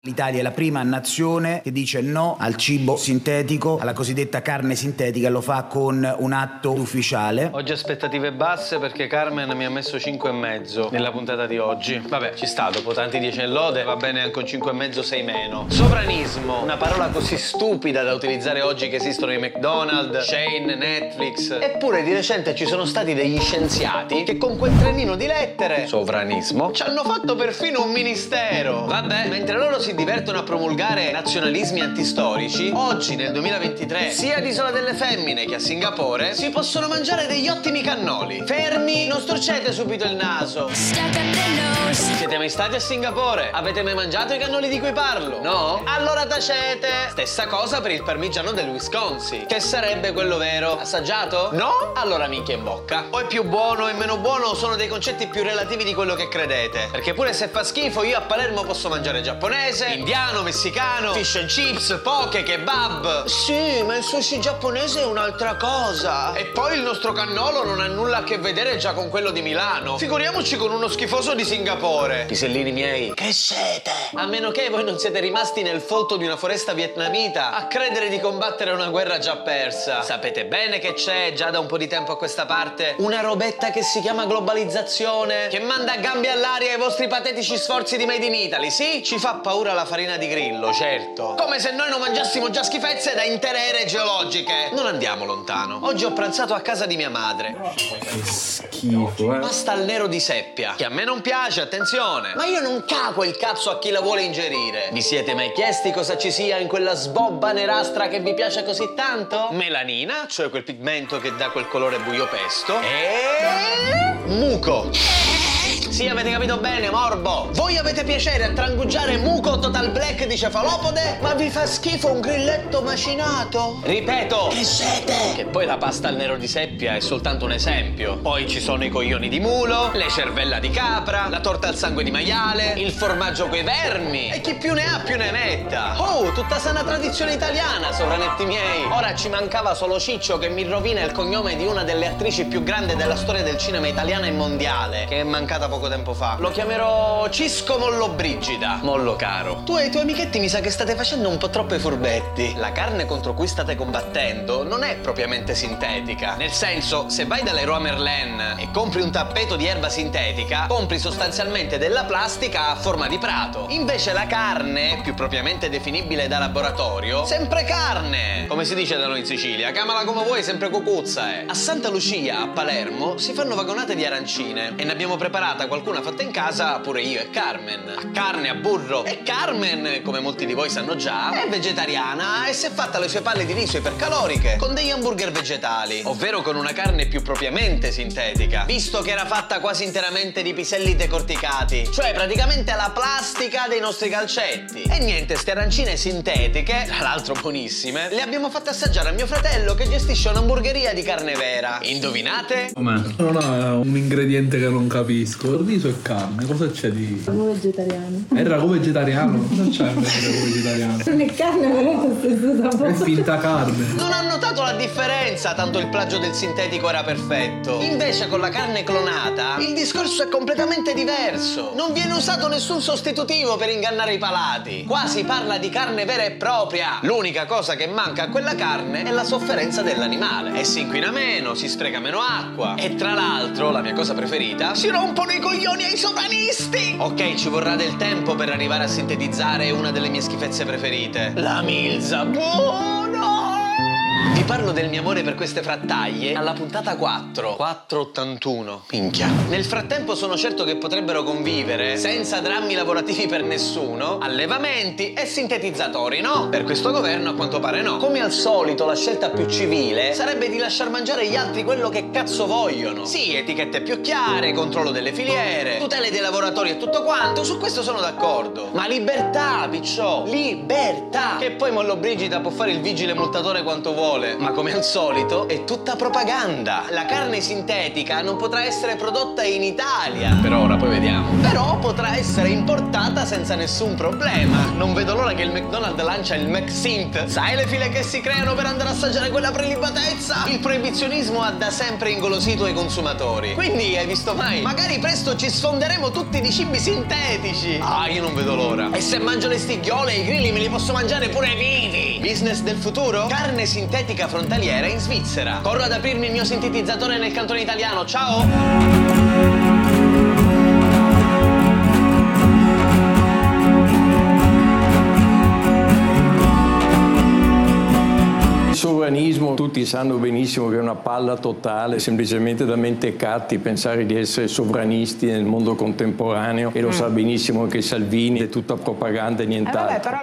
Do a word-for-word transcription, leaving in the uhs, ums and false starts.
L'Italia è la prima nazione che dice no al cibo sintetico, alla cosiddetta carne sintetica, e lo fa con un atto ufficiale. Oggi aspettative basse perché Carmen mi ha messo cinque e mezzo nella puntata di oggi. Vabbè, ci sta, dopo tanti dieci e lode, va bene anche un cinque e mezzo, sei meno. Sovranismo, una parola così stupida da utilizzare oggi che esistono i McDonald's, Shane, Netflix. Eppure di recente ci sono stati degli scienziati che con quel trenino di lettere, sovranismo, ci hanno fatto perfino un ministero. Vabbè, mentre loro si divertono a promulgare nazionalismi antistorici, oggi nel duemilaventitré, sia ad Isola delle Femmine che a Singapore, si possono mangiare degli ottimi cannoli. Fermi, non storcete subito il naso. Siete mai stati a Singapore? Avete mai mangiato i cannoli di cui parlo? No? Allora tacete. Stessa cosa per il parmigiano del Wisconsin, che sarebbe quello vero. Assaggiato? No? Allora minchia in bocca. O è più buono e meno buono sono dei concetti più relativi di quello che credete. Perché pure se fa schifo, io a Palermo posso mangiare giapponese, indiano, messicano, fish and chips, poke, kebab. Sì, ma il sushi giapponese è un'altra cosa. E poi il nostro cannolo non ha nulla a che vedere già con quello di Milano. Figuriamoci con uno schifoso di Singapore. Pisellini miei, che sete! A meno che voi non siete rimasti nel folto di una foresta vietnamita a credere di combattere una guerra già persa. Sapete bene che c'è già da un po' di tempo a questa parte una robetta che si chiama globalizzazione, che manda a gambe all'aria i vostri patetici sforzi di Made in Italy, sì? Ci fa paura la farina di grillo, certo. Come se noi non mangiassimo già schifezze da intere ere geologiche. Non andiamo lontano. Oggi ho pranzato a casa di mia madre. Che schifo, eh. Pasta al nero di seppia, che a me non piace, attenzione. Ma io non caco il cazzo a chi la vuole ingerire. Vi siete mai chiesti cosa ci sia in quella sbobba nerastra che vi piace così tanto? Melanina, cioè quel pigmento che dà quel colore buio pesto. E... muco. Sì, avete capito bene, morbo. Voi avete piacere a trangugiare muco total black di cefalopode? Ma vi fa schifo un grilletto macinato? Ripeto, che sete! Che poi la pasta al nero di seppia è soltanto un esempio. Poi ci sono i coglioni di mulo, le cervella di capra, la torta al sangue di maiale, il formaggio coi vermi. E chi più ne ha più ne metta. Oh, tutta sana tradizione italiana, sovranetti miei. Ora ci mancava solo Ciccio che mi rovina il cognome di una delle attrici più grandi della storia del cinema italiano e mondiale, che è mancata poco tempo fa. Lo chiamerò Cisco Mollobrigida. Mollo caro, tu e i tuoi amichetti mi sa che state facendo un po' troppo i furbetti. La carne contro cui state combattendo non è propriamente sintetica. Nel senso, se vai da Leroy Merlin e compri un tappeto di erba sintetica, compri sostanzialmente della plastica a forma di prato. Invece la carne, più propriamente definibile da laboratorio, sempre carne. Come si dice da noi in Sicilia, chiamala come vuoi, sempre cucuzza, eh. A Santa Lucia, a Palermo, si fanno vagonate di arancine e ne abbiamo preparata qualcuna fatta in casa pure io e Carmen. A carne, a burro. E Carmen, come molti di voi sanno già, è vegetariana e si è fatta le sue palle di riso ipercaloriche con degli hamburger vegetali, ovvero con una carne più propriamente sintetica, visto che era fatta quasi interamente di piselli decorticati, cioè praticamente la plastica dei nostri calcetti. E niente, ste arancine sintetiche, tra l'altro buonissime, le abbiamo fatte assaggiare a mio fratello che gestisce un'hamburgeria di carne vera. Indovinate? Com'è? Non ha un ingrediente che non capisco. Il riso e carne, cosa c'è di... Ragù vegetariano. È il ragù vegetariano? Cosa c'è nel ragù vegetariano? Non è carne, però è lo stesso sapore. È finta carne. Non ha notato la differenza, tanto il plagio del sintetico era perfetto. Invece con la carne clonata il discorso è completamente diverso. Non viene usato nessun sostitutivo per ingannare i palati. Qua si parla di carne vera e propria. L'unica cosa che manca a quella carne è la sofferenza dell'animale. E si inquina meno, si spreca meno acqua. E tra l'altro, la mia cosa preferita, si rompono i coglioni ai sovranisti! Ok, ci vorrà del tempo per arrivare a sintetizzare una delle mie schifezze preferite. La milza, buono! Vi parlo del mio amore per queste frattaglie alla puntata quattro. quattro ottantuno. Minchia. Nel frattempo sono certo che potrebbero convivere, senza drammi lavorativi per nessuno, allevamenti e sintetizzatori, no? Per questo governo a quanto pare no. Come al solito la scelta più civile sarebbe di lasciar mangiare gli altri quello che cazzo vogliono. Sì, etichette più chiare, controllo delle filiere, tutele dei lavoratori e tutto quanto, su questo sono d'accordo. Ma libertà, picciò, libertà! Che poi Mollobrigida può fare il vigile multatore quanto vuole. salute. Ma come al solito è tutta propaganda. La carne sintetica non potrà essere prodotta in Italia. Per ora, poi vediamo. Però potrà essere importata senza nessun problema. Non vedo l'ora che il McDonald's lancia il McSint. Sai le file che si creano per andare a assaggiare quella prelibatezza? Il proibizionismo ha da sempre ingolosito i consumatori. Quindi, hai visto mai? Magari presto ci sfonderemo tutti di cibi sintetici. Ah, io non vedo l'ora. E se mangio le stigliole e i grilli me li posso mangiare pure vivi. Business del futuro? Carne sintetica frontaliera in Svizzera. Corro ad aprirmi il mio sintetizzatore nel cantone italiano. Ciao! Il sovranismo, tutti sanno benissimo che è una palla totale, semplicemente da mentecatti pensare di essere sovranisti nel mondo contemporaneo, e lo mm. sa benissimo anche Salvini, è tutta propaganda e nient'altro.